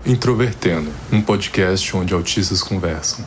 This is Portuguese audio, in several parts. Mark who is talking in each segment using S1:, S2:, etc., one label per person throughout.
S1: Introvertendo, um podcast onde autistas conversam.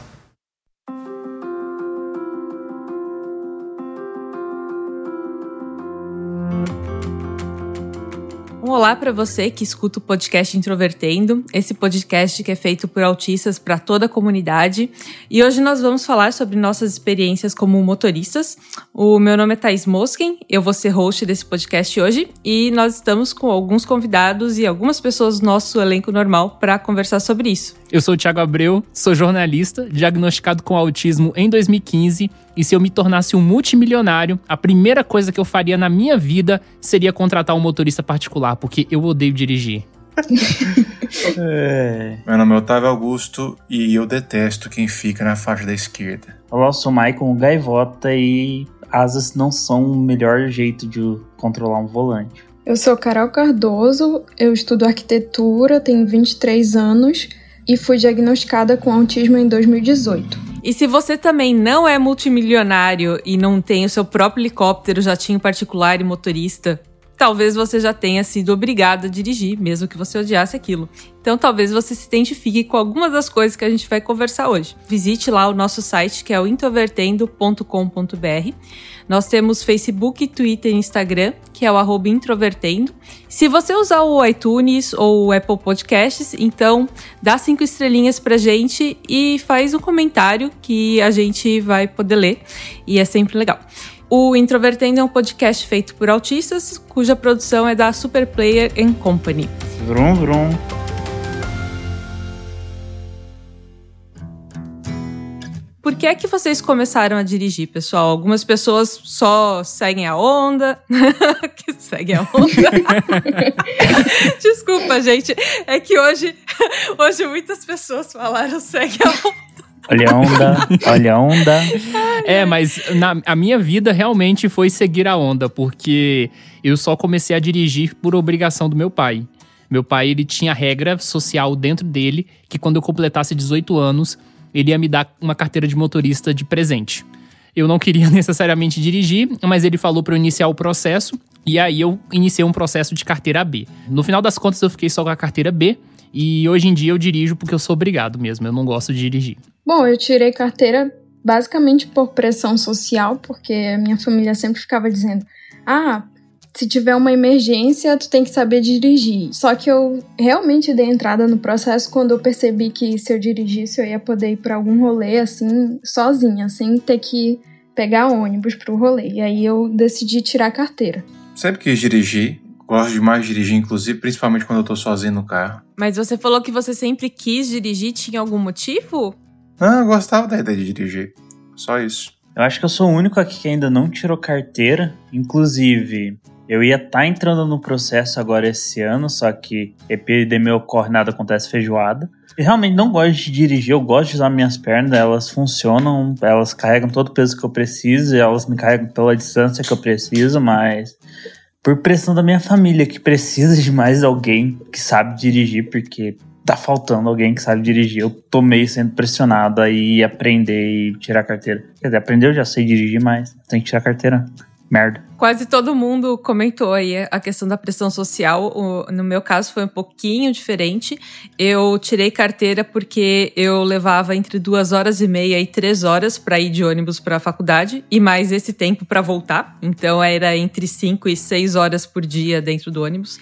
S2: Olá para você que escuta o podcast Introvertendo, esse podcast que é feito por autistas para toda a comunidade. E hoje nós vamos falar sobre nossas experiências como motoristas. O meu nome é Thaís Mosken, eu vou ser host desse podcast hoje e nós estamos com alguns convidados e algumas pessoas do nosso elenco normal para conversar sobre isso.
S3: Eu sou o Thiago Abreu, sou jornalista, diagnosticado com autismo em 2015 e se eu me tornasse um multimilionário, a primeira coisa que eu faria na minha vida seria contratar um motorista particular, porque eu odeio dirigir.
S4: Meu nome é Otávio Augusto e eu detesto quem fica na faixa da esquerda.
S5: Olá, eu sou o Maicon Gaivota e asas não são o melhor jeito de controlar um volante.
S6: Eu sou Carol Cardoso, eu estudo arquitetura, tenho 23 anos e fui diagnosticada com autismo em 2018.
S2: E se você também não é multimilionário e não tem o seu próprio helicóptero, jatinho particular e motorista, talvez você já tenha sido obrigado a dirigir, mesmo que você odiasse aquilo. Então talvez você se identifique com algumas das coisas que a gente vai conversar hoje. Visite lá o nosso site, que é o introvertendo.com.br. Nós temos Facebook, Twitter e Instagram, que é o @introvertendo. Se você usar o iTunes ou o Apple Podcasts, então dá 5 estrelinhas pra gente e faz um comentário que a gente vai poder ler. E é sempre legal. O Introvertendo é um podcast feito por autistas, cuja produção é da Superplayer & Company.
S5: Vrum, vrum.
S2: Por que é que vocês começaram a dirigir, pessoal? Algumas pessoas só seguem a onda. Que seguem a onda. Desculpa, gente. É que hoje muitas pessoas falaram segue a onda.
S5: Olha a onda, olha a onda.
S3: Mas a minha vida realmente foi seguir a onda, porque eu só comecei a dirigir por obrigação do meu pai. Meu pai, ele tinha regra social dentro dele, que quando eu completasse 18 anos, ele ia me dar uma carteira de motorista de presente. Eu não queria necessariamente dirigir, mas ele falou para eu iniciar o processo, e aí eu iniciei um processo de carteira B. No final das contas, eu fiquei só com a carteira B, e hoje em dia eu dirijo porque eu sou obrigado mesmo, eu não gosto de dirigir.
S6: Bom, eu tirei carteira basicamente por pressão social, porque a minha família sempre ficava dizendo: se tiver uma emergência, tu tem que saber dirigir. Só que eu realmente dei entrada no processo quando eu percebi que se eu dirigisse, eu ia poder ir pra algum rolê, assim, sozinha, sem ter que pegar ônibus pro rolê. E aí eu decidi tirar a carteira.
S4: Sempre quis dirigir, gosto demais de dirigir, inclusive, principalmente quando eu tô sozinho no carro.
S2: Mas você falou que você sempre quis dirigir, tinha algum motivo?
S4: Não, eu gostava da ideia de dirigir, só isso.
S5: Eu acho que eu sou o único aqui que ainda não tirou carteira. Inclusive, eu ia estar entrando no processo agora esse ano, só que epidemia ocorre, nada acontece feijoada. Eu realmente não gosto de dirigir, eu gosto de usar minhas pernas, elas funcionam, elas carregam todo o peso que eu preciso, elas me carregam pela distância que eu preciso, mas por pressão da minha família, que precisa de mais alguém que sabe dirigir, porque tá faltando alguém que sabe dirigir. Eu tô meio sendo pressionado a ir aprender e tirar a carteira. Quer dizer, aprender eu já sei dirigir, mas tem que tirar a carteira. Merda.
S2: Quase todo mundo comentou aí a questão da pressão social. No meu caso foi um pouquinho diferente. Eu tirei carteira porque eu levava entre 2h30 e 3 horas para ir de ônibus para a faculdade e mais esse tempo para voltar. Então era entre 5 e 6 horas por dia dentro do ônibus.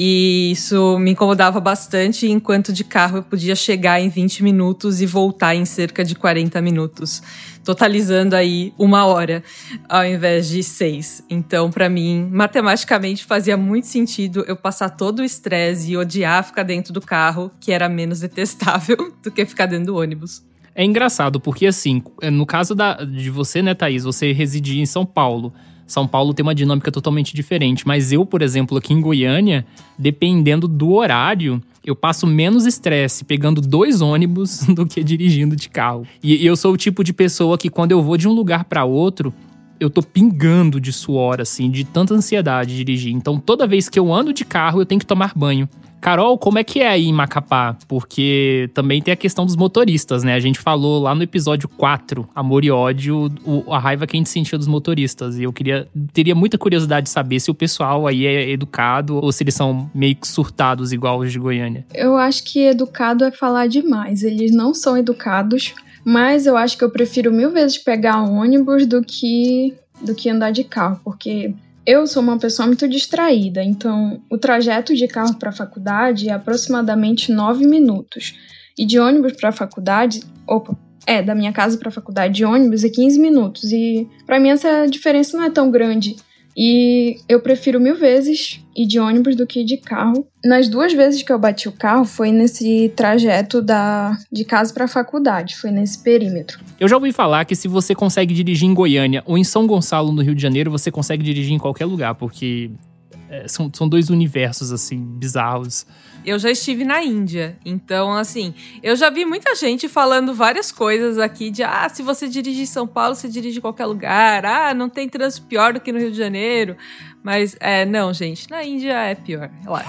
S2: E isso me incomodava bastante, enquanto de carro eu podia chegar em 20 minutos e voltar em cerca de 40 minutos. Totalizando aí 1 hora ao invés de 6. Então, pra mim, matematicamente fazia muito sentido eu passar todo o estresse e odiar ficar dentro do carro, que era menos detestável do que ficar dentro do ônibus.
S3: É engraçado, porque assim, no caso de você, né, Thaís, você residia em São Paulo. São Paulo tem uma dinâmica totalmente diferente, mas eu, por exemplo, aqui em Goiânia, dependendo do horário, eu passo menos estresse pegando 2 ônibus do que dirigindo de carro. E eu sou o tipo de pessoa que quando eu vou de um lugar para outro, eu tô pingando de suor, assim, de tanta ansiedade de dirigir. Então, toda vez que eu ando de carro, eu tenho que tomar banho. Carol, como é que é aí em Macapá? Porque também tem a questão dos motoristas, né? A gente falou lá no episódio 4, Amor e Ódio, a raiva que a gente sentia dos motoristas. E eu teria muita curiosidade de saber se o pessoal aí é educado ou se eles são meio que surtados igual os de Goiânia.
S6: Eu acho que educado é falar demais. Eles não são educados, mas eu acho que eu prefiro 1000 vezes pegar ônibus do que andar de carro, porque eu sou uma pessoa muito distraída, então o trajeto de carro para a faculdade é aproximadamente 9 minutos. E de ônibus para a faculdade, da minha casa para a faculdade de ônibus é 15 minutos. E para mim essa diferença não é tão grande. E eu prefiro 1000 vezes ir de ônibus do que de carro. Nas 2 vezes que eu bati o carro foi nesse trajeto de casa para a faculdade, foi nesse perímetro.
S3: Eu já ouvi falar que se você consegue dirigir em Goiânia ou em São Gonçalo, no Rio de Janeiro, você consegue dirigir em qualquer lugar, porque são 2 universos, assim, bizarros.
S2: Eu já estive na Índia, então, assim, eu já vi muita gente falando várias coisas aqui de, se você dirige em São Paulo, você dirige em qualquer lugar, não tem trânsito pior do que no Rio de Janeiro, mas, não, gente, na Índia é pior, relaxa.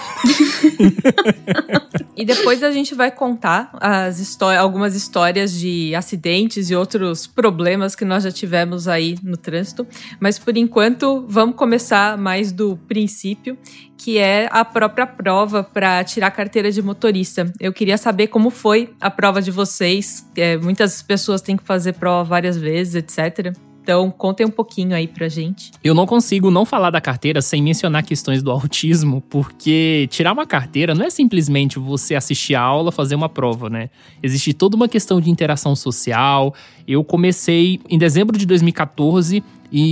S2: E depois a gente vai contar algumas histórias de acidentes e outros problemas que nós já tivemos aí no trânsito, mas por enquanto vamos começar mais do princípio, que é a própria prova para tirar a carteira de motorista. Eu queria saber como foi a prova de vocês. Muitas pessoas têm que fazer prova várias vezes, etc. Então, contem um pouquinho aí pra gente.
S3: Eu não consigo não falar da carteira sem mencionar questões do autismo, porque tirar uma carteira não é simplesmente você assistir a aula, fazer uma prova, né? Existe toda uma questão de interação social. Eu comecei em dezembro de 2014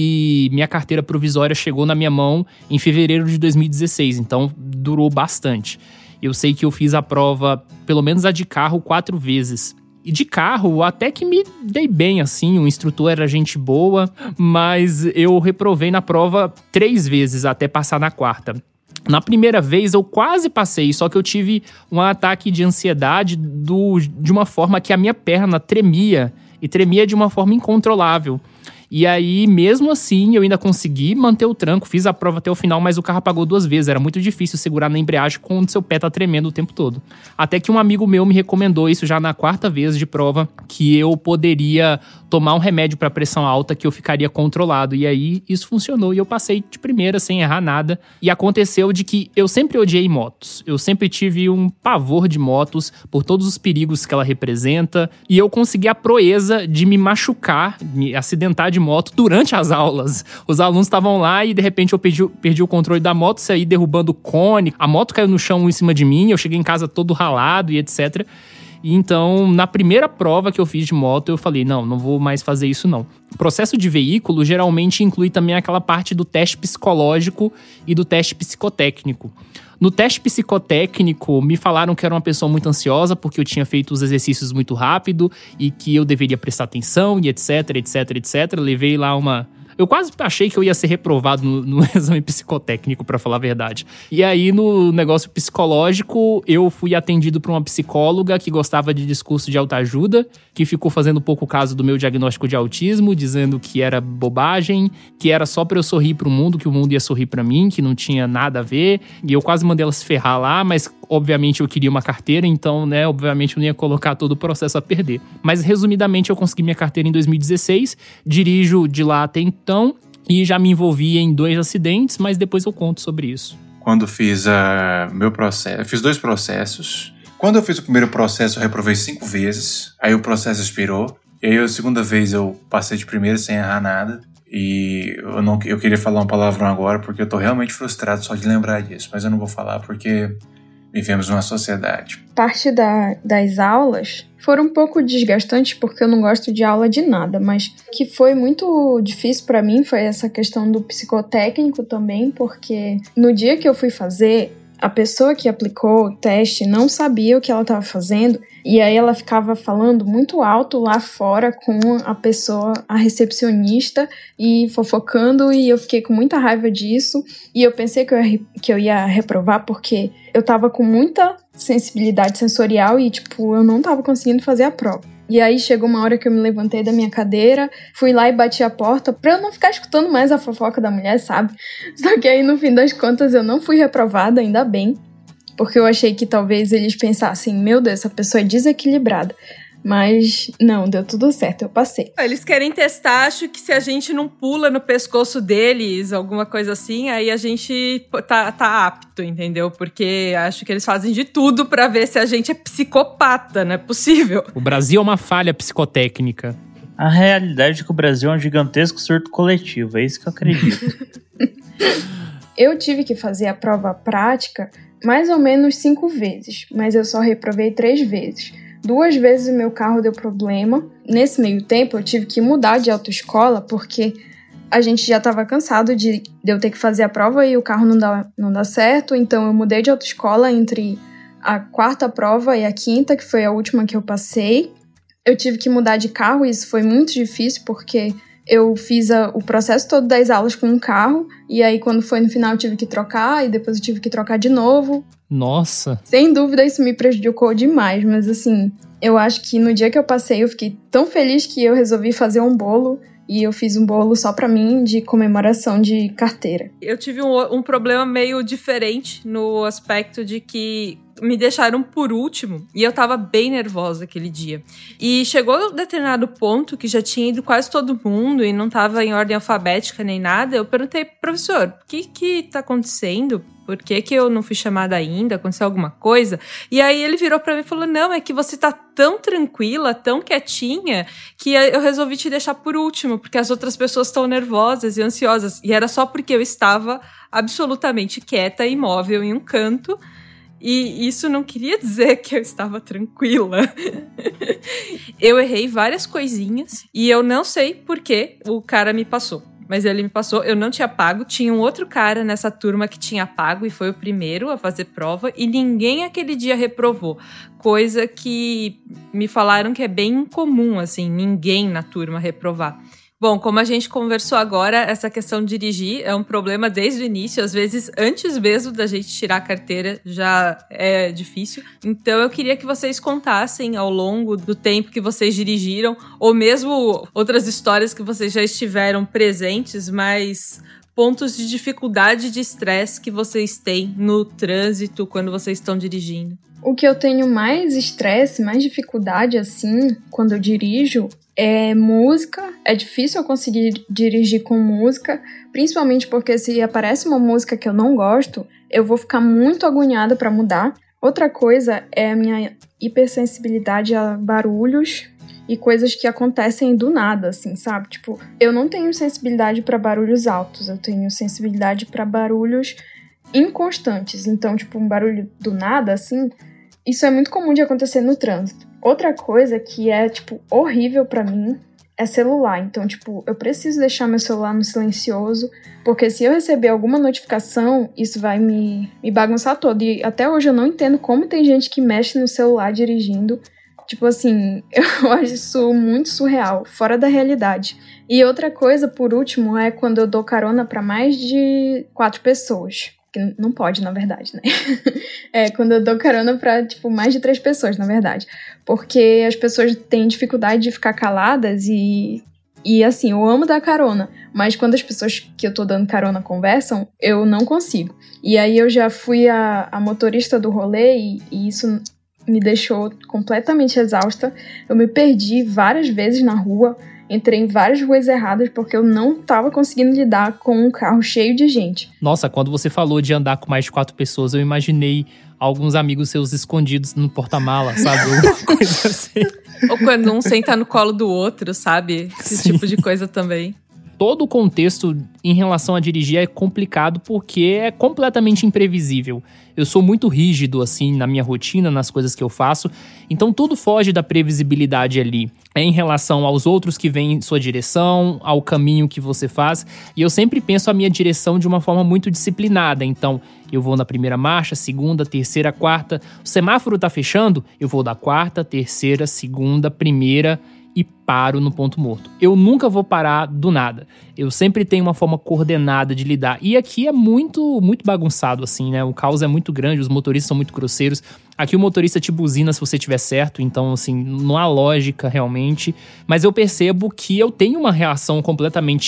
S3: e minha carteira provisória chegou na minha mão em fevereiro de 2016, então durou bastante. Eu sei que eu fiz a prova, pelo menos a de carro, 4 vezes. E de carro, até que me dei bem, assim, o instrutor era gente boa, mas eu reprovei na prova 3 vezes até passar na 4ª. Na primeira vez eu quase passei, só que eu tive um ataque de ansiedade de uma forma que a minha perna tremia, e tremia de uma forma incontrolável. E aí, mesmo assim, eu ainda consegui manter o tranco, fiz a prova até o final, mas o carro apagou 2 vezes. Era muito difícil segurar na embreagem quando seu pé tá tremendo o tempo todo. Até que um amigo meu me recomendou isso já na 4ª vez de prova, que eu poderia tomar um remédio para pressão alta que eu ficaria controlado. E aí, isso funcionou e eu passei de primeira, sem errar nada. E aconteceu de que eu sempre odiei motos. Eu sempre tive um pavor de motos por todos os perigos que ela representa. E eu consegui a proeza de me machucar, me acidentar de moto durante as aulas. Os alunos estavam lá e de repente eu perdi o controle da moto, saí derrubando o cone, a moto caiu no chão em cima de mim, eu cheguei em casa todo ralado e etc. E então, na primeira prova que eu fiz de moto, eu falei, não vou mais fazer isso não. O processo de veículo geralmente inclui também aquela parte do teste psicológico e do teste psicotécnico. No teste psicotécnico, me falaram que eu era uma pessoa muito ansiosa porque eu tinha feito os exercícios muito rápido e que eu deveria prestar atenção e etc. Levei lá Eu quase achei que eu ia ser reprovado no exame psicotécnico, pra falar a verdade. E aí, no negócio psicológico, eu fui atendido por uma psicóloga que gostava de discurso de autoajuda, que ficou fazendo pouco caso do meu diagnóstico de autismo, dizendo que era bobagem, que era só pra eu sorrir pro mundo, que o mundo ia sorrir pra mim, que não tinha nada a ver. E eu quase mandei ela se ferrar lá, mas obviamente eu queria uma carteira, então, né, obviamente eu não ia colocar todo o processo a perder. Mas, resumidamente, eu consegui minha carteira em 2016, dirijo de lá até então, e já me envolvi em 2 acidentes, mas depois eu conto sobre isso.
S4: Quando fiz meu processo, eu fiz 2 processos. Quando eu fiz o primeiro processo, eu reprovei 5 vezes, aí o processo expirou, e aí a segunda vez eu passei de primeira sem errar nada. E eu queria falar um palavrão agora, porque eu tô realmente frustrado só de lembrar disso, mas eu não vou falar porque vivemos numa sociedade.
S6: Parte das aulas foram um pouco desgastantes, porque eu não gosto de aula de nada, mas o que foi muito difícil pra mim foi essa questão do psicotécnico também, porque no dia que eu fui fazer, a pessoa que aplicou o teste não sabia o que ela estava fazendo, e aí ela ficava falando muito alto lá fora com a recepcionista, e fofocando, e eu fiquei com muita raiva disso, e eu pensei que eu ia reprovar, porque eu tava com muita sensibilidade sensorial e, eu não tava conseguindo fazer a prova. E aí chegou uma hora que eu me levantei da minha cadeira, fui lá e bati a porta pra eu não ficar escutando mais a fofoca da mulher, sabe? Só que aí, no fim das contas, eu não fui reprovada, ainda bem. porque eu achei que talvez eles pensassem, meu Deus, essa pessoa é desequilibrada. Mas não, deu tudo certo, eu passei.
S2: Eles querem testar, acho que se a gente não pula no pescoço deles, alguma coisa assim, aí a gente tá apto, entendeu? Porque acho que eles fazem de tudo pra ver se a gente é psicopata, não é possível.
S3: O Brasil é uma falha psicotécnica.
S5: A realidade é que o Brasil é um gigantesco surto coletivo, é isso que eu acredito.
S6: Eu tive que fazer a prova prática mais ou menos 5 vezes, mas eu só reprovei 3 vezes. 2 vezes o meu carro deu problema. Nesse meio tempo, eu tive que mudar de autoescola, porque a gente já estava cansado de eu ter que fazer a prova e o carro não dá certo. Então, eu mudei de autoescola entre a 4ª prova e a 5ª, que foi a última que eu passei. Eu tive que mudar de carro e isso foi muito difícil, porque eu fiz o processo todo das aulas com um carro. E aí, quando foi no final, eu tive que trocar e depois eu tive que trocar de novo.
S3: Nossa!
S6: Sem dúvida, isso me prejudicou demais, mas assim, eu acho que no dia que eu passei, eu fiquei tão feliz que eu resolvi fazer um bolo, e eu fiz um bolo só pra mim, de comemoração de carteira.
S2: Eu tive um problema meio diferente no aspecto de que me deixaram por último, e eu tava bem nervosa aquele dia. E chegou um determinado ponto que já tinha ido quase todo mundo e não tava em ordem alfabética nem nada. Eu perguntei, professor, o que tá acontecendo? Por que eu não fui chamada ainda? Aconteceu alguma coisa? E aí ele virou pra mim e falou, não, é que você tá tão tranquila, tão quietinha, que eu resolvi te deixar por último, porque as outras pessoas estão nervosas e ansiosas. E era só porque eu estava absolutamente quieta e imóvel em um canto. E isso não queria dizer que eu estava tranquila. Eu errei várias coisinhas e eu não sei por que o cara me passou. Mas ele me passou, eu não tinha pago, tinha um outro cara nessa turma que tinha pago e foi o primeiro a fazer prova e ninguém aquele dia reprovou. Coisa que me falaram que é bem incomum, assim, ninguém na turma reprovar. Bom, como a gente conversou agora, essa questão de dirigir é um problema desde o início, às vezes antes mesmo da gente tirar a carteira já é difícil. Então eu queria que vocês contassem ao longo do tempo que vocês dirigiram, ou mesmo outras histórias que vocês já estiveram presentes, mas pontos de dificuldade e de estresse que vocês têm no trânsito quando vocês estão dirigindo.
S6: O que eu tenho mais estresse, mais dificuldade, assim, quando eu dirijo, é música. É difícil eu conseguir dirigir com música, principalmente porque se aparece uma música que eu não gosto, eu vou ficar muito agoniada para mudar. Outra coisa é a minha hipersensibilidade a barulhos e coisas que acontecem do nada, assim, sabe? Tipo, eu não tenho sensibilidade para barulhos altos, eu tenho sensibilidade para barulhos inconstantes. Então, tipo, um barulho do nada, assim, isso é muito comum de acontecer no trânsito. Outra coisa que é, tipo, horrível pra mim é celular. Então, tipo, eu preciso deixar meu celular no silencioso, porque se eu receber alguma notificação, isso vai me bagunçar todo. E até hoje eu não entendo como tem gente que mexe no celular dirigindo. Tipo assim, eu acho isso muito surreal, fora da realidade. E outra coisa, por último, é quando eu dou carona pra mais de 4 pessoas. Que não pode, na verdade, né? É quando eu dou carona pra, tipo, mais de 3 pessoas, na verdade. Porque as pessoas têm dificuldade de ficar caladas e assim, eu amo dar carona. Mas quando as pessoas que eu tô dando carona conversam, eu não consigo. E aí eu já fui a motorista do rolê e isso me deixou completamente exausta. Eu me perdi várias vezes na rua. Entrei em várias ruas erradas porque eu não tava conseguindo lidar com um carro cheio de gente.
S3: Nossa, quando você falou de andar com mais de 4 pessoas, eu imaginei alguns amigos seus escondidos no porta-mala, sabe? Alguma coisa assim.
S2: Ou quando um senta no colo do outro, sabe? Esse tipo de coisa também.
S3: Todo o contexto em relação a dirigir é complicado porque é completamente imprevisível. Eu sou muito rígido, assim, na minha rotina, nas coisas que eu faço. Então, tudo foge da previsibilidade ali. É em relação aos outros que vêm em sua direção, ao caminho que você faz. E eu sempre penso a minha direção de uma forma muito disciplinada. Então, eu vou na primeira marcha, segunda, terceira, quarta. O semáforo tá fechando, eu vou da quarta, terceira, segunda, primeira e paro no ponto morto. Eu nunca vou parar do nada. Eu sempre tenho uma forma coordenada de lidar. E aqui é muito bagunçado, assim, né? O caos é muito grande, os motoristas são muito grosseiros. Aqui o motorista te buzina se você estiver certo, então, assim, não há lógica realmente. Mas eu percebo que eu tenho uma reação completamente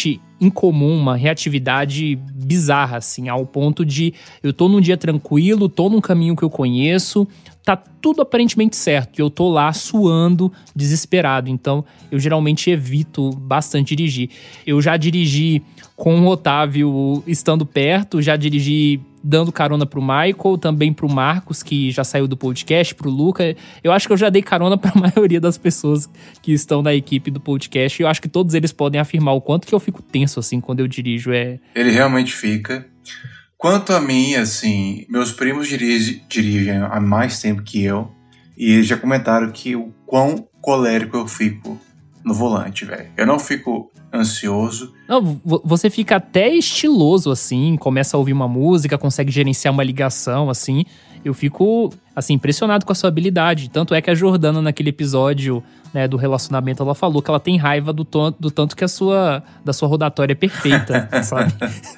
S3: incomum, uma reatividade bizarra, assim, ao ponto de eu tô num dia tranquilo, tô num caminho que eu conheço, tá tudo aparentemente certo, e eu tô lá suando, desesperado. Então, eu geralmente evito bastante dirigir. Eu já dirigi com o Otávio estando perto, já dirigi dando carona pro Michael, também pro Marcos, que já saiu do podcast, pro Luca. Eu acho que eu já dei carona pra maioria das pessoas que estão na equipe do podcast, e eu acho que todos eles podem afirmar o quanto que eu fico tenso, assim, quando eu dirijo.
S4: Ele realmente fica. Quanto a mim, assim, meus primos dirigem há mais tempo que eu, e eles já comentaram que o quão colérico eu fico no volante, velho. Eu não fico ansioso.
S3: Não, você fica até estiloso, assim, começa a ouvir uma música, consegue gerenciar uma ligação, assim. Eu fico, assim, impressionado com a sua habilidade. Tanto é que a Jordana, naquele episódio, né, do relacionamento, ela falou que ela tem raiva do tanto que da sua rodatória é perfeita, sabe?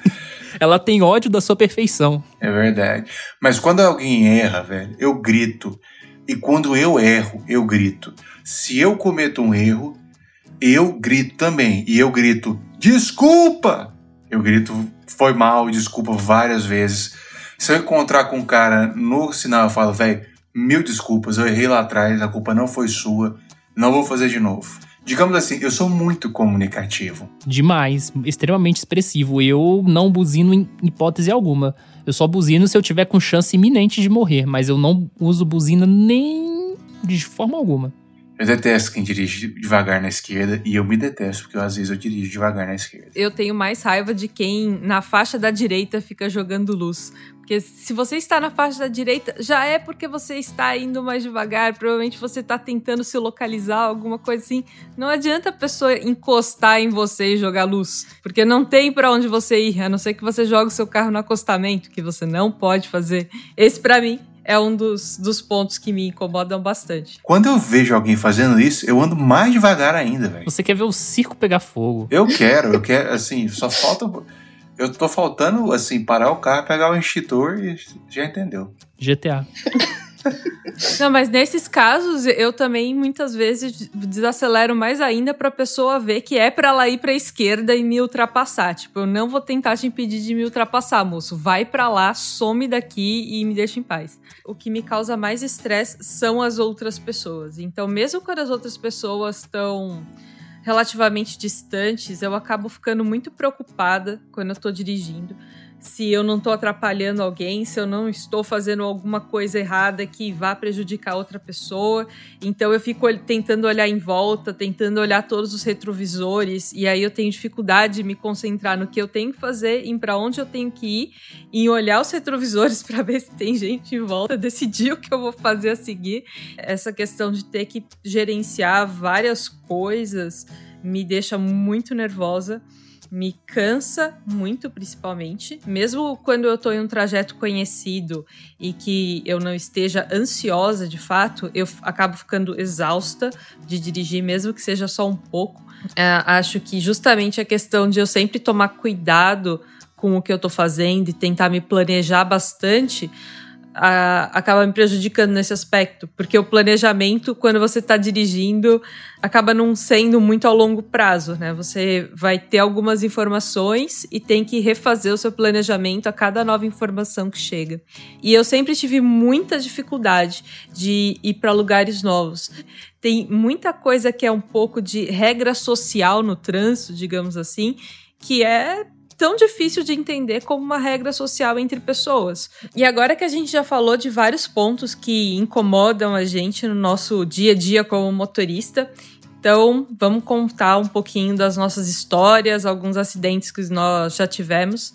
S3: Ela tem ódio da sua perfeição.
S4: É verdade. Mas quando alguém erra, velho, eu grito. E quando eu erro, eu grito. Se eu cometo um erro, eu grito também. E eu grito, desculpa! Eu grito, foi mal, desculpa várias vezes. Se eu encontrar com um cara no sinal, eu falo, velho, 1000 desculpas, eu errei lá atrás, a culpa não foi sua, não vou fazer de novo. Digamos assim, eu sou muito comunicativo.
S3: Demais, extremamente expressivo. Eu não buzino em hipótese alguma. Eu só buzino se eu tiver com chance iminente de morrer, mas eu não uso buzina nem de forma alguma.
S4: Eu detesto quem dirige devagar na esquerda, e eu me detesto, porque às vezes eu dirijo devagar na esquerda.
S2: Eu tenho mais raiva de quem na faixa da direita fica jogando luz. Porque se você está na faixa da direita, já é porque você está indo mais devagar, provavelmente você está tentando se localizar, alguma coisa assim. Não adianta a pessoa encostar em você e jogar luz, porque não tem pra onde você ir, a não ser que você jogue o seu carro no acostamento, que você não pode fazer. Esse, pra mim, é um dos pontos que me incomodam bastante.
S4: Quando eu vejo alguém fazendo isso, eu ando mais devagar ainda, velho.
S3: Você quer ver o circo pegar fogo.
S4: Eu quero, assim, só falta... Eu tô faltando, assim, parar o carro, pegar o extintor e já entendeu.
S3: GTA.
S2: Não, mas nesses casos, eu também muitas vezes desacelero mais ainda pra pessoa ver que é pra ela ir pra esquerda e me ultrapassar. Tipo, eu não vou tentar te impedir de me ultrapassar, moço. Vai pra lá, some daqui e me deixa em paz. O que me causa mais estresse são as outras pessoas. Então, mesmo quando as outras pessoas estão relativamente distantes, eu acabo ficando muito preocupada quando eu tô dirigindo. Se eu não tô atrapalhando alguém, se eu não estou fazendo alguma coisa errada que vá prejudicar outra pessoa. Então eu fico tentando olhar em volta, tentando olhar todos os retrovisores, e aí eu tenho dificuldade de me concentrar no que eu tenho que fazer, em pra onde eu tenho que ir, em olhar os retrovisores para ver se tem gente em volta, decidir o que eu vou fazer a seguir. Essa questão de ter que gerenciar várias coisas me deixa muito nervosa. Me cansa muito, principalmente. Mesmo quando eu tô em um trajeto conhecido e que eu não esteja ansiosa, de fato, eu acabo ficando exausta de dirigir, mesmo que seja só um pouco. Acho que justamente a questão de eu sempre tomar cuidado com o que eu tô fazendo e tentar me planejar bastante acaba me prejudicando nesse aspecto, porque o planejamento, quando você está dirigindo, acaba não sendo muito ao longo prazo, né? Você vai ter algumas informações e tem que refazer o seu planejamento a cada nova informação que chega. E eu sempre tive muita dificuldade de ir para lugares novos. Tem muita coisa que é um pouco de regra social no trânsito, digamos assim, que é tão difícil de entender como uma regra social entre pessoas. E agora que a gente já falou de vários pontos que incomodam a gente no nosso dia a dia como motorista, então vamos contar um pouquinho das nossas histórias, alguns acidentes que nós já tivemos,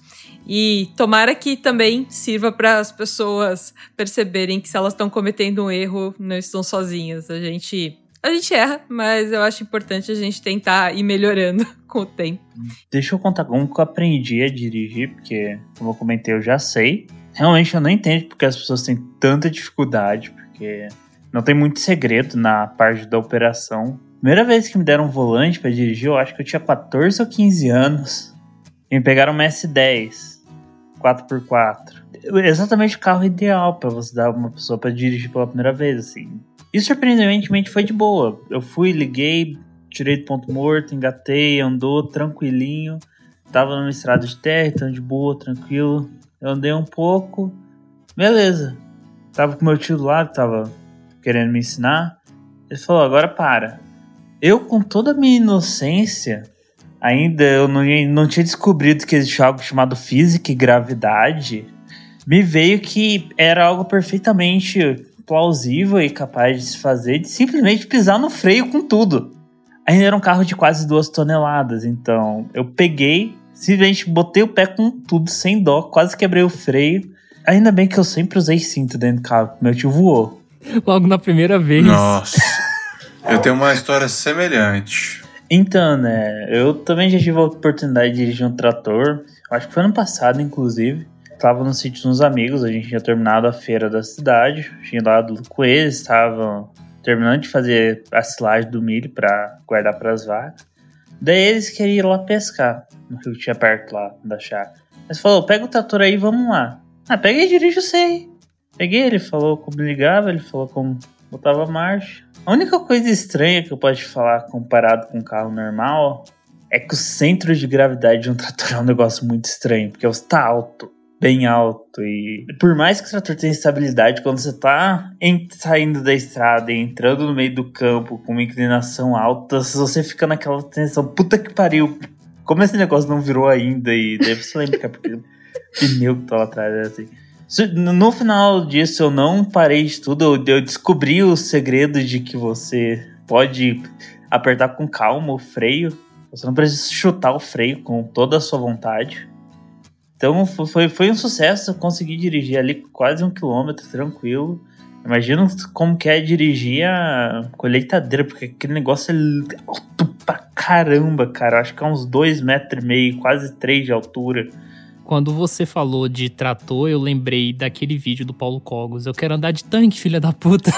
S2: e tomara que também sirva para as pessoas perceberem que se elas estão cometendo um erro, não estão sozinhas. A gente erra, mas eu acho importante a gente tentar ir melhorando com o tempo.
S5: Deixa eu contar como que eu aprendi a dirigir, porque, como eu comentei, eu já sei. Realmente eu não entendo porque as pessoas têm tanta dificuldade, porque não tem muito segredo na parte da operação. Primeira vez que me deram um volante pra dirigir, eu acho que eu tinha 14 ou 15 anos. E me pegaram uma S10 4x4. Exatamente o carro ideal pra você dar uma pessoa pra dirigir pela primeira vez, assim. E surpreendentemente foi de boa. Eu fui, liguei, tirei do ponto morto, engatei, andou tranquilinho. Tava numa estrada de terra, então de boa, tranquilo. Eu andei um pouco, beleza. Tava com meu tio do lado, tava querendo me ensinar. Ele falou, agora para. Eu, com toda a minha inocência, ainda eu não tinha descobrido que existia algo chamado física e gravidade. Me veio que era algo perfeitamente plausível e capaz de se fazer, de simplesmente pisar no freio com tudo. Ainda era um carro de quase 2 toneladas, então eu peguei, simplesmente botei o pé com tudo, sem dó, quase quebrei o freio. Ainda bem que eu sempre usei cinto dentro do carro, meu tio voou.
S3: Logo na primeira vez.
S4: Nossa, eu tenho uma história semelhante.
S5: Então, né, eu também já tive a oportunidade de dirigir um trator, acho que foi ano passado, inclusive. Tava no sítio dos amigos, a gente tinha terminado a feira da cidade, tinha ido lá com eles, estavam terminando de fazer a silagem do milho pra guardar pras vacas. Daí eles queriam ir lá pescar, no rio que tinha perto lá da chácara. Eles falaram, pega o trator aí, vamos lá. Ah, pega e dirige você aí. Peguei, ele falou como ligava, ele falou como botava marcha. A única coisa estranha que eu posso te falar comparado com um carro normal é que o centro de gravidade de um trator é um negócio muito estranho, porque você tá alto. Bem alto, e por mais que o trator tenha estabilidade, quando você tá saindo da estrada e entrando no meio do campo com uma inclinação alta, você fica naquela tensão, puta que pariu, como esse negócio não virou ainda, e daí você lembra que é porque o pneu que tá lá atrás é assim. No final disso eu não parei de tudo, eu descobri o segredo de que você pode apertar com calma o freio, você não precisa chutar o freio com toda a sua vontade. Então foi um sucesso, eu consegui dirigir ali quase 1 quilômetro, tranquilo. Imagina como que é dirigir a colheitadeira, porque aquele negócio é alto pra caramba, cara. Eu acho que é uns 2,5 metros, quase 3 de altura.
S3: Quando você falou de trator, eu lembrei daquele vídeo do Paulo Cogos. Eu quero andar de tanque, filha da puta.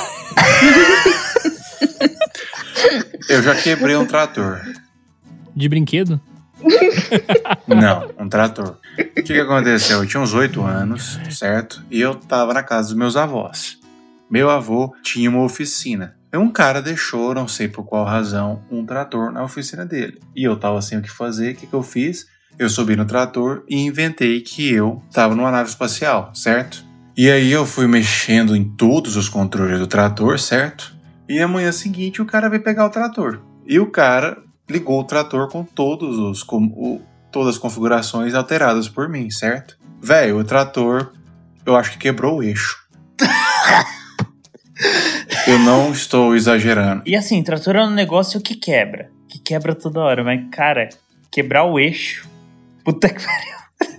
S4: Eu já quebrei um trator.
S3: De brinquedo?
S4: Não, um trator. O que aconteceu? Eu tinha uns 8 anos, certo? E eu tava na casa dos meus avós. Meu avô tinha uma oficina. E um cara deixou, não sei por qual razão, um trator na oficina dele. E eu tava sem o que fazer, o que eu fiz? Eu subi no trator e inventei que eu tava numa nave espacial, certo? E aí eu fui mexendo em todos os controles do trator, certo? E na manhã seguinte o cara veio pegar o trator. E o cara ligou o trator com todas as configurações alteradas por mim, certo? Velho, o trator, eu acho que quebrou o eixo. Eu não estou exagerando.
S5: E assim, trator é um negócio que quebra toda hora, mas cara, quebrar o eixo, puta que pariu.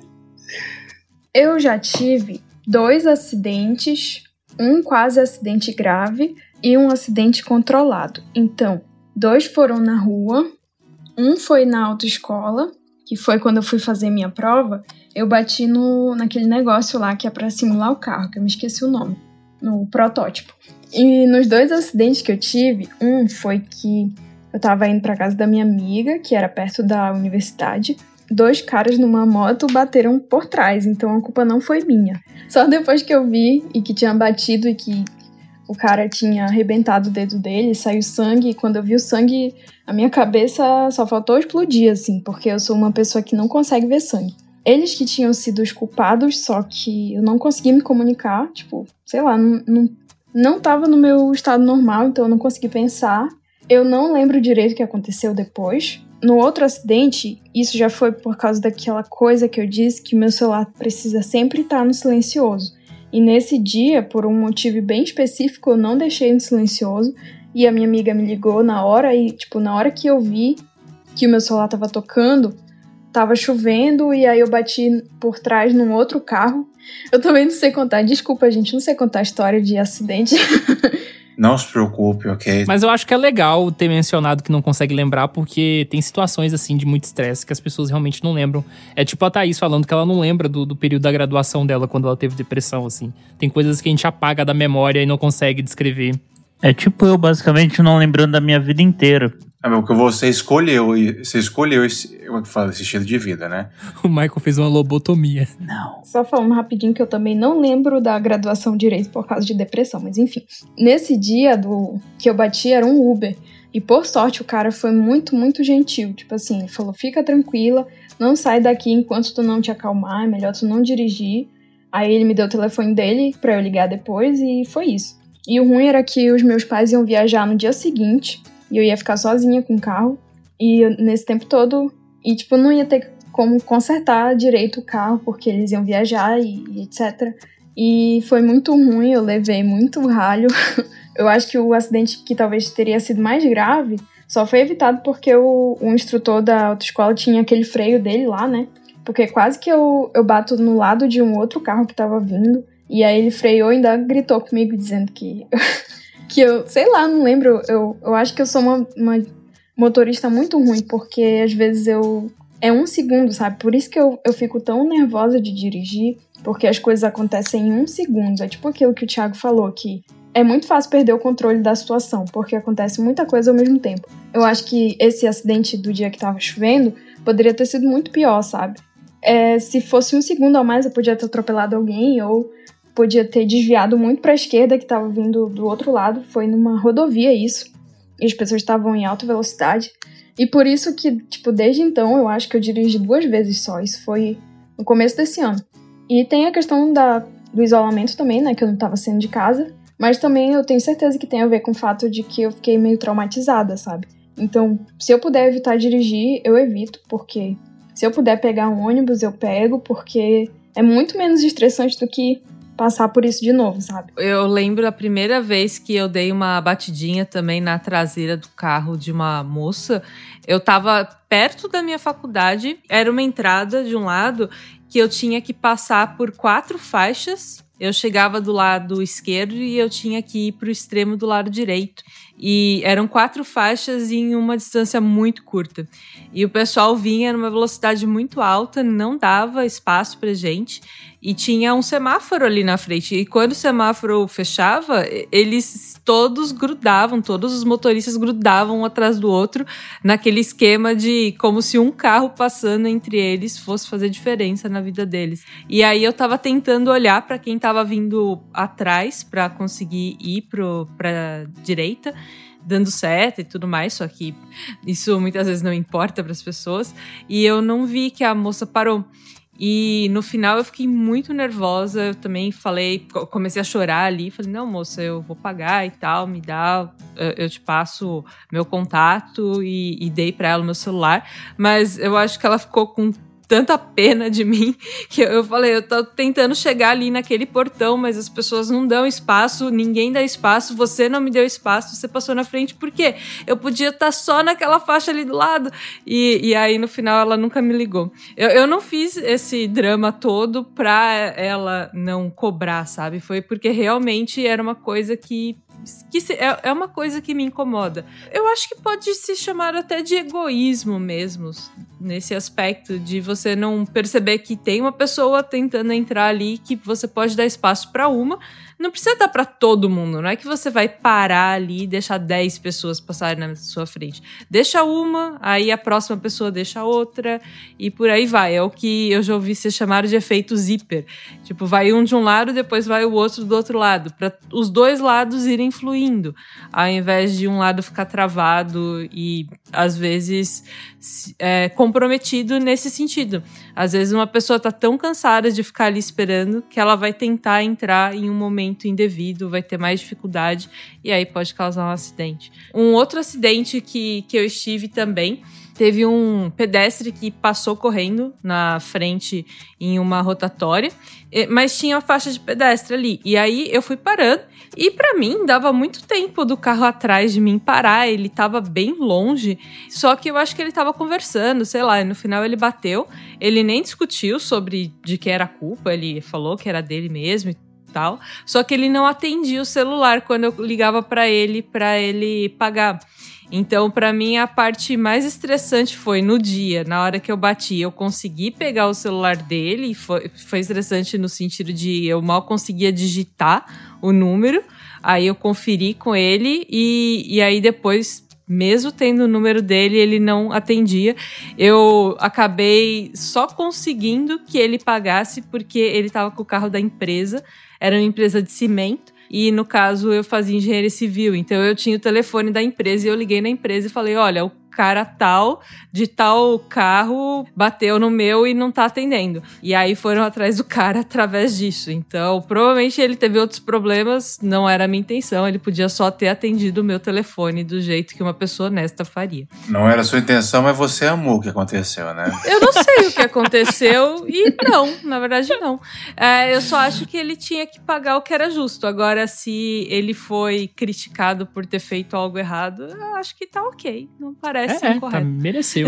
S6: Eu já tive 2 acidentes, um quase acidente grave e um acidente controlado. Então, 2 foram na rua, um foi na autoescola, que foi quando eu fui fazer minha prova, eu bati naquele negócio lá que é pra simular o carro, que eu me esqueci o nome, no protótipo. E nos 2 acidentes que eu tive, um foi que eu tava indo pra casa da minha amiga, que era perto da universidade, 2 caras numa moto bateram por trás, então a culpa não foi minha. Só depois que eu vi e que tinha batido e que o cara tinha arrebentado o dedo dele, saiu sangue, e quando eu vi o sangue, a minha cabeça só faltou explodir, assim, porque eu sou uma pessoa que não consegue ver sangue. Eles que tinham sido os culpados, só que eu não consegui me comunicar, tipo, sei lá, não tava no meu estado normal, então eu não consegui pensar. Eu não lembro direito o que aconteceu depois. No outro acidente, isso já foi por causa daquela coisa que eu disse, que meu celular precisa sempre estar no silencioso. E nesse dia, por um motivo bem específico, eu não deixei no silencioso. E a minha amiga me ligou na hora e, tipo, na hora que eu vi que o meu celular tava tocando, tava chovendo e aí eu bati por trás num outro carro. Eu também não sei contar, desculpa, gente, não sei contar a história de acidente.
S4: Não se preocupe, ok?
S3: Mas eu acho que é legal ter mencionado que não consegue lembrar, porque tem situações, assim, de muito estresse que as pessoas realmente não lembram. É tipo a Thaís falando que ela não lembra do período da graduação dela, quando ela teve depressão, assim. Tem coisas que a gente apaga da memória e não consegue descrever.
S5: É tipo eu, basicamente, não lembrando da minha vida inteira.
S4: É porque você escolheu esse, como é que fala, esse estilo de vida, né?
S3: O Michael fez uma lobotomia.
S5: Não.
S6: Só falando rapidinho que eu também não lembro da graduação direito por causa de depressão, mas enfim. Nesse dia que eu bati era um Uber. E por sorte o cara foi muito, muito gentil. Tipo assim, ele falou, fica tranquila, não sai daqui enquanto tu não te acalmar, é melhor tu não dirigir. Aí ele me deu o telefone dele pra eu ligar depois e foi isso. E o ruim era que os meus pais iam viajar no dia seguinte e eu ia ficar sozinha com o carro. E nesse tempo todo, e tipo, não ia ter como consertar direito o carro porque eles iam viajar e etc. E foi muito ruim, eu levei muito ralho. Eu acho que o acidente que talvez teria sido mais grave só foi evitado porque o instrutor da autoescola tinha aquele freio dele lá, né? Porque quase que eu bato no lado de um outro carro que tava vindo. E aí ele freou e ainda gritou comigo dizendo que eu, sei lá, não lembro. Eu acho que eu sou uma motorista muito ruim, porque às vezes é 1 segundo, sabe? Por isso que eu fico tão nervosa de dirigir, porque as coisas acontecem em 1 segundo. É tipo aquilo que o Thiago falou, que é muito fácil perder o controle da situação, porque acontece muita coisa ao mesmo tempo. Eu acho que esse acidente do dia que tava chovendo poderia ter sido muito pior, sabe? Se fosse 1 segundo a mais, eu podia ter atropelado alguém, ou podia ter desviado muito pra esquerda, que tava vindo do outro lado. Foi numa rodovia isso, e as pessoas estavam em alta velocidade. E por isso que, tipo, desde então, eu acho que eu dirigi 2 vezes só. Isso foi no começo desse ano. E tem a questão do isolamento também, né, que eu não tava saindo de casa. Mas também eu tenho certeza que tem a ver com o fato de que eu fiquei meio traumatizada, sabe? Então, se eu puder evitar dirigir, eu evito, porque se eu puder pegar um ônibus, eu pego, porque é muito menos estressante do que passar por isso de novo, sabe?
S2: Eu lembro a primeira vez que eu dei uma batidinha também na traseira do carro de uma moça. Eu tava perto da minha faculdade, era uma entrada de um lado que eu tinha que passar por 4 faixas. Eu chegava do lado esquerdo e eu tinha que ir pro extremo do lado direito. E eram 4 faixas em uma distância muito curta. E o pessoal vinha numa velocidade muito alta, não dava espaço pra gente. E tinha um semáforo ali na frente. E quando o semáforo fechava, eles todos grudavam, todos os motoristas grudavam um atrás do outro, naquele esquema de como se um carro passando entre eles fosse fazer diferença na vida deles. E aí eu tava tentando olhar pra quem tava vindo atrás pra conseguir ir pra direita, dando seta e tudo mais, só que isso muitas vezes não importa pras pessoas. E eu não vi que a moça parou. E no final eu fiquei muito nervosa, eu também comecei a chorar ali, falei, não moça, eu vou pagar e tal, me dá, eu te passo meu contato e dei pra ela o meu celular, mas eu acho que ela ficou com tanta pena de mim, que eu falei, eu tô tentando chegar ali naquele portão, mas as pessoas não dão espaço, ninguém dá espaço, você não me deu espaço, você passou na frente, por quê? Eu podia estar só naquela faixa ali do lado, e aí no final ela nunca me ligou. Eu não fiz esse drama todo pra ela não cobrar, sabe? Foi porque realmente era uma coisa que é uma coisa que me incomoda. Eu acho que pode se chamar até de egoísmo mesmo, nesse aspecto de você não perceber que tem uma pessoa tentando entrar ali, que você pode dar espaço para uma, não precisa dar para todo mundo, não é que você vai parar ali e deixar 10 pessoas passarem na sua frente. Deixa uma, aí a próxima pessoa deixa outra, e por aí vai. É o que eu já ouvi ser chamado de efeito zíper. Tipo, vai um de um lado, depois vai o outro do outro lado, para os dois lados irem fluindo, ao invés de um lado ficar travado e, às vezes, comprometido nesse sentido. Às vezes uma pessoa tá tão cansada de ficar ali esperando que ela vai tentar entrar em um momento indevido, vai ter mais dificuldade e aí pode causar um acidente. Um outro acidente que eu estive também, teve um pedestre que passou correndo na frente em uma rotatória, mas tinha uma faixa de pedestre ali. E aí eu fui parando e pra mim dava muito tempo do carro atrás de mim parar, ele tava bem longe, só que eu acho que ele tava conversando, sei lá, e no final ele bateu, ele nem discutiu sobre de quem era a culpa, ele falou que era dele mesmo e tal, só que ele não atendia o celular quando eu ligava pra ele pagar. Então, pra mim, a parte mais estressante foi no dia, na hora que eu bati, eu consegui pegar o celular dele, e foi estressante no sentido de eu mal conseguia digitar o número, aí eu conferi com ele, e aí depois, mesmo tendo o número dele, ele não atendia. Eu acabei só conseguindo que ele pagasse, porque ele estava com o carro da empresa, era uma empresa de cimento, e no caso eu fazia engenharia civil, então eu tinha o telefone da empresa e eu liguei na empresa e falei, olha, o cara tal, de tal carro, bateu no meu e não tá atendendo. E aí foram atrás do cara através disso. Então, provavelmente ele teve outros problemas, não era a minha intenção, ele podia só ter atendido o meu telefone do jeito que uma pessoa honesta faria.
S4: Não era a sua intenção, mas você amou o que aconteceu, né?
S2: Eu não sei o que aconteceu e não, na verdade não. Eu só acho que ele tinha que pagar o que era justo. Agora, se ele foi criticado por ter feito algo errado, eu acho que tá ok, não parece incorreto.
S3: Tá, mereceu.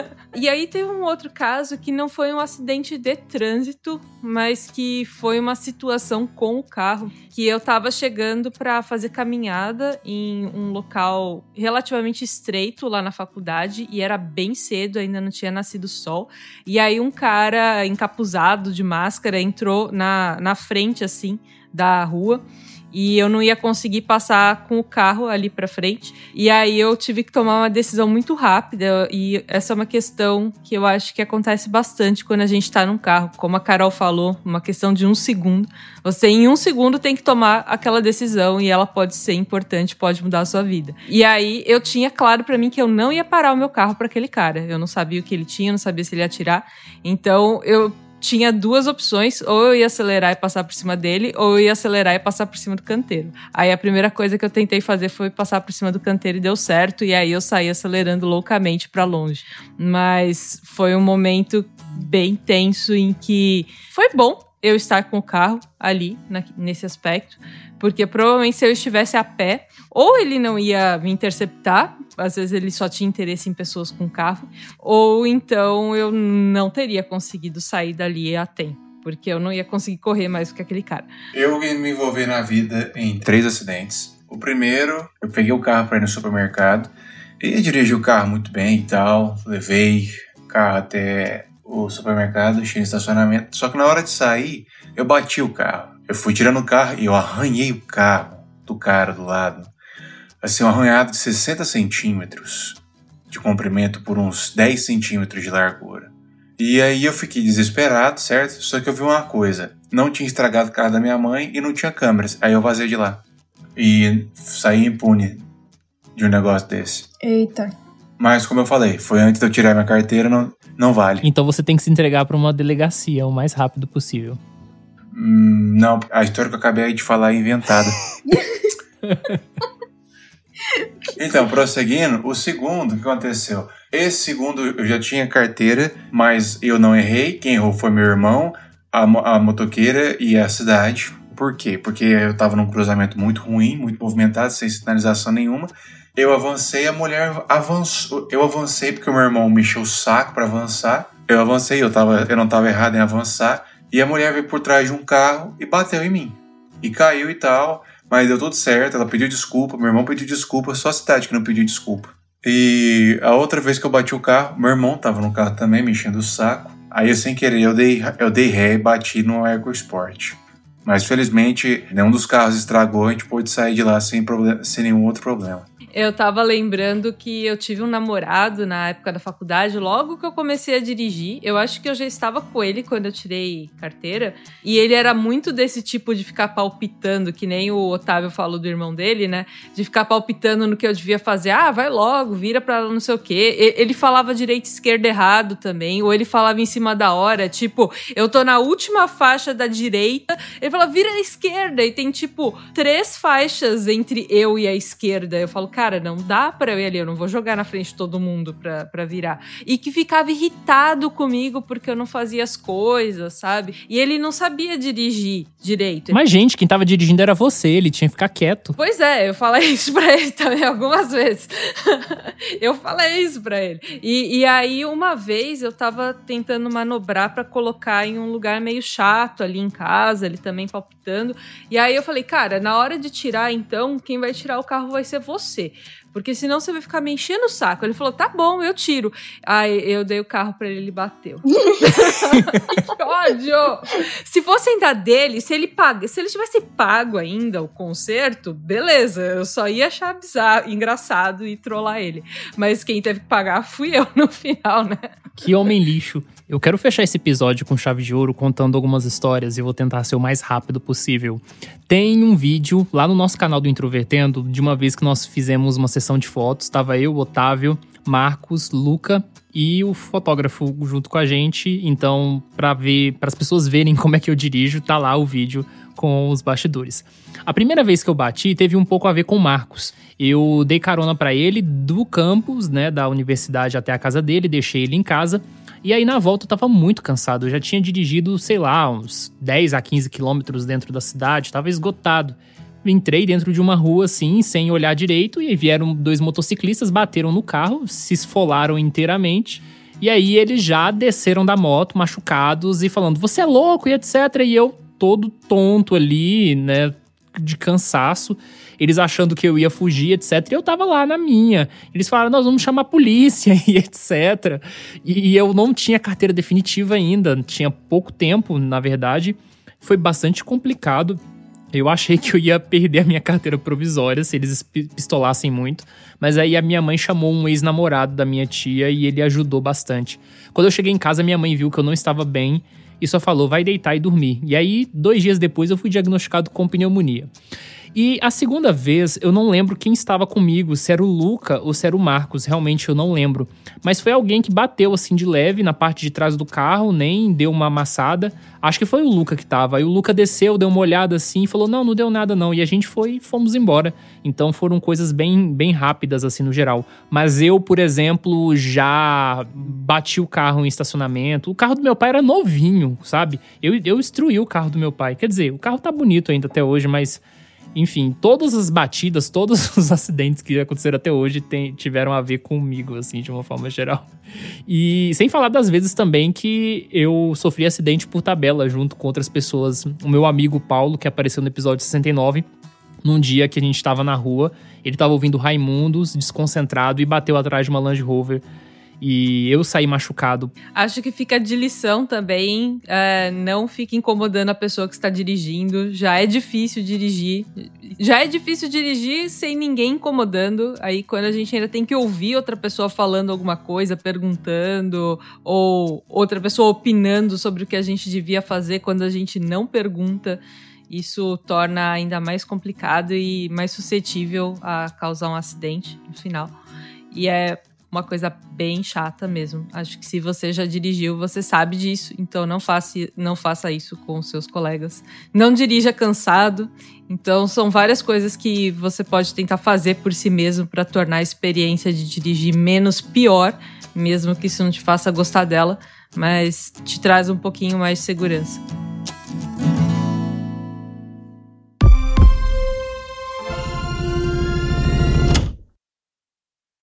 S2: E aí teve um outro caso que não foi um acidente de trânsito, mas que foi uma situação com o carro, que eu tava chegando pra fazer caminhada em um local relativamente estreito lá na faculdade, e era bem cedo, ainda não tinha nascido sol, e aí um cara encapuzado de máscara entrou na frente, assim, da rua, e eu não ia conseguir passar com o carro ali pra frente. E aí eu tive que tomar uma decisão muito rápida. E essa é uma questão que eu acho que acontece bastante quando a gente tá num carro. Como a Carol falou, uma questão de 1 segundo. Você em 1 segundo tem que tomar aquela decisão e ela pode ser importante, pode mudar a sua vida. E aí eu tinha claro pra mim que eu não ia parar o meu carro pra aquele cara. Eu não sabia o que ele tinha, eu não sabia se ele ia atirar. Então eu tinha 2 opções, ou eu ia acelerar e passar por cima dele, ou eu ia acelerar e passar por cima do canteiro. Aí a primeira coisa que eu tentei fazer foi passar por cima do canteiro e deu certo, e aí eu saí acelerando loucamente pra longe. Mas foi um momento bem tenso em que foi bom eu estar com o carro ali, nesse aspecto, porque provavelmente se eu estivesse a pé, ou ele não ia me interceptar, às vezes ele só tinha interesse em pessoas com carro, ou então eu não teria conseguido sair dali a tempo, porque eu não ia conseguir correr mais do que aquele cara.
S4: Eu me envolvi na vida em 3 acidentes. O primeiro, eu peguei o carro para ir no supermercado, e dirigi o carro muito bem e tal, levei o carro até o supermercado, deixei no estacionamento, só que na hora de sair, eu bati o carro. Eu fui tirando o carro e eu arranhei o carro do cara do lado. Assim, um arranhado de 60 centímetros de comprimento por uns 10 centímetros de largura. E aí eu fiquei desesperado, certo? Só que eu vi uma coisa, não tinha estragado o carro da minha mãe e não tinha câmeras. Aí eu vazei de lá. E saí impune de um negócio desse.
S6: Eita.
S4: Mas como eu falei, foi antes de eu tirar minha carteira, não vale.
S3: Então você tem que se entregar pra uma delegacia o mais rápido possível.
S4: Não, a história que eu acabei de falar é inventada. Então, prosseguindo, o segundo, o que aconteceu? Esse segundo eu já tinha carteira, mas eu não errei. Quem errou foi meu irmão, a motoqueira e a cidade. Por quê? Porque eu tava num cruzamento muito ruim, muito movimentado, sem sinalização nenhuma. Eu avancei, a mulher avançou. Eu avancei porque o meu irmão me encheu o saco pra avançar. Eu avancei, eu não tava errado em avançar. E a mulher veio por trás de um carro e bateu em mim. E caiu e tal, mas deu tudo certo. Ela pediu desculpa, meu irmão pediu desculpa, só a cidade que não pediu desculpa. E a outra vez que eu bati o carro, meu irmão tava no carro também, me enchendo o saco. Aí, sem querer, eu dei ré e bati no EcoSport. Mas, felizmente, nenhum dos carros estragou, a gente pôde sair de lá sem nenhum outro problema.
S2: Eu tava lembrando que eu tive um namorado na época da faculdade, logo que eu comecei a dirigir. Eu acho que eu já estava com ele quando eu tirei carteira. E ele era muito desse tipo de ficar palpitando, que nem o Otávio falou do irmão dele, né? De ficar palpitando no que eu devia fazer. Ah, vai logo, vira pra não sei o quê. Ele falava direita e esquerda errado também. Ou ele falava em cima da hora, tipo, eu tô na última faixa da direita. Ele fala, vira à esquerda. E tem, tipo, 3 faixas entre eu e a esquerda. Eu falo, cara, não dá pra eu ir ali, eu não vou jogar na frente de todo mundo pra virar. E que ficava irritado comigo porque eu não fazia as coisas, sabe? E ele não sabia dirigir direito.
S3: Mas, gente, quem tava dirigindo era você, ele tinha que ficar quieto.
S2: Pois é, eu falei isso pra ele também algumas vezes. Eu falei isso pra ele. E aí, uma vez, eu tava tentando manobrar pra colocar em um lugar meio chato ali em casa, ele também palpitando. E aí eu falei, cara, na hora de tirar, então, quem vai tirar o carro vai ser você. Porque senão você vai ficar me enchendo o saco. Ele falou, tá bom, eu tiro. Aí eu dei o carro pra ele, ele bateu. Que ódio! Se fosse ainda dele, se ele tivesse pago ainda o conserto, beleza, eu só ia achar bizarro, engraçado e trollar ele. Mas quem teve que pagar fui eu no final, né?
S3: Que homem lixo. Eu quero fechar esse episódio com chave de ouro, contando algumas histórias e vou tentar ser o mais rápido possível. Tem um vídeo lá no nosso canal do Introvertendo, de uma vez que nós fizemos uma sessão de fotos. Tava eu, Otávio, Marcos, Luca e o fotógrafo junto com a gente. Então, para as pessoas verem como é que eu dirijo, tá lá o vídeo com os bastidores. A primeira vez que eu bati teve um pouco a ver com o Marcos. Eu dei carona para ele do campus, né, da universidade até a casa dele, deixei ele em casa. E aí, na volta, eu tava muito cansado. Eu já tinha dirigido, sei lá, uns 10 a 15 quilômetros dentro da cidade. Tava esgotado. Entrei dentro de uma rua, assim, sem olhar direito. E aí vieram 2 motociclistas, bateram no carro, se esfolaram inteiramente. E aí, eles já desceram da moto, machucados, e falando, você é louco, e etc. E eu, todo tonto ali, né, de cansaço. Eles achando que eu ia fugir, etc. E eu tava lá na minha. Eles falaram, nós vamos chamar a polícia e etc. E eu não tinha carteira definitiva ainda. Tinha pouco tempo, na verdade. Foi bastante complicado. Eu achei que eu ia perder a minha carteira provisória se eles pistolassem muito. Mas aí a minha mãe chamou um ex-namorado da minha tia e ele ajudou bastante. Quando eu cheguei em casa, minha mãe viu que eu não estava bem e só falou, vai deitar e dormir. E aí, 2 dias depois, eu fui diagnosticado com pneumonia. E a segunda vez, eu não lembro quem estava comigo, se era o Luca ou se era o Marcos, realmente eu não lembro. Mas foi alguém que bateu assim de leve na parte de trás do carro, nem deu uma amassada. Acho que foi o Luca que tava. Aí o Luca desceu, deu uma olhada assim e falou, não deu nada não. E a gente fomos embora. Então foram coisas bem rápidas assim no geral. Mas eu, por exemplo, já bati o carro em estacionamento. O carro do meu pai era novinho, sabe? Eu destruí o carro do meu pai. Quer dizer, o carro tá bonito ainda até hoje, mas... Enfim, todas as batidas, todos os acidentes que aconteceram até hoje tiveram a ver comigo, assim, de uma forma geral. E sem falar das vezes também que eu sofri acidente por tabela junto com outras pessoas. O meu amigo Paulo, que apareceu no episódio 69, num dia que a gente tava na rua, ele tava ouvindo Raimundos, desconcentrado, e bateu atrás de uma Land Rover. E eu saí machucado.
S2: Acho que fica de lição também, não fique incomodando a pessoa que está dirigindo. Já é difícil dirigir sem ninguém incomodando. Aí quando a gente ainda tem que ouvir outra pessoa falando alguma coisa, perguntando, ou outra pessoa opinando sobre o que a gente devia fazer quando a gente não pergunta, isso torna ainda mais complicado e mais suscetível a causar um acidente no final. E é uma coisa bem chata mesmo. Acho que se você já dirigiu, você sabe disso. Então não faça isso com seus colegas. Não dirija cansado. Então são várias coisas que você pode tentar fazer por si mesmo para tornar a experiência de dirigir menos pior, mesmo que isso não te faça gostar dela, mas te traz um pouquinho mais de segurança.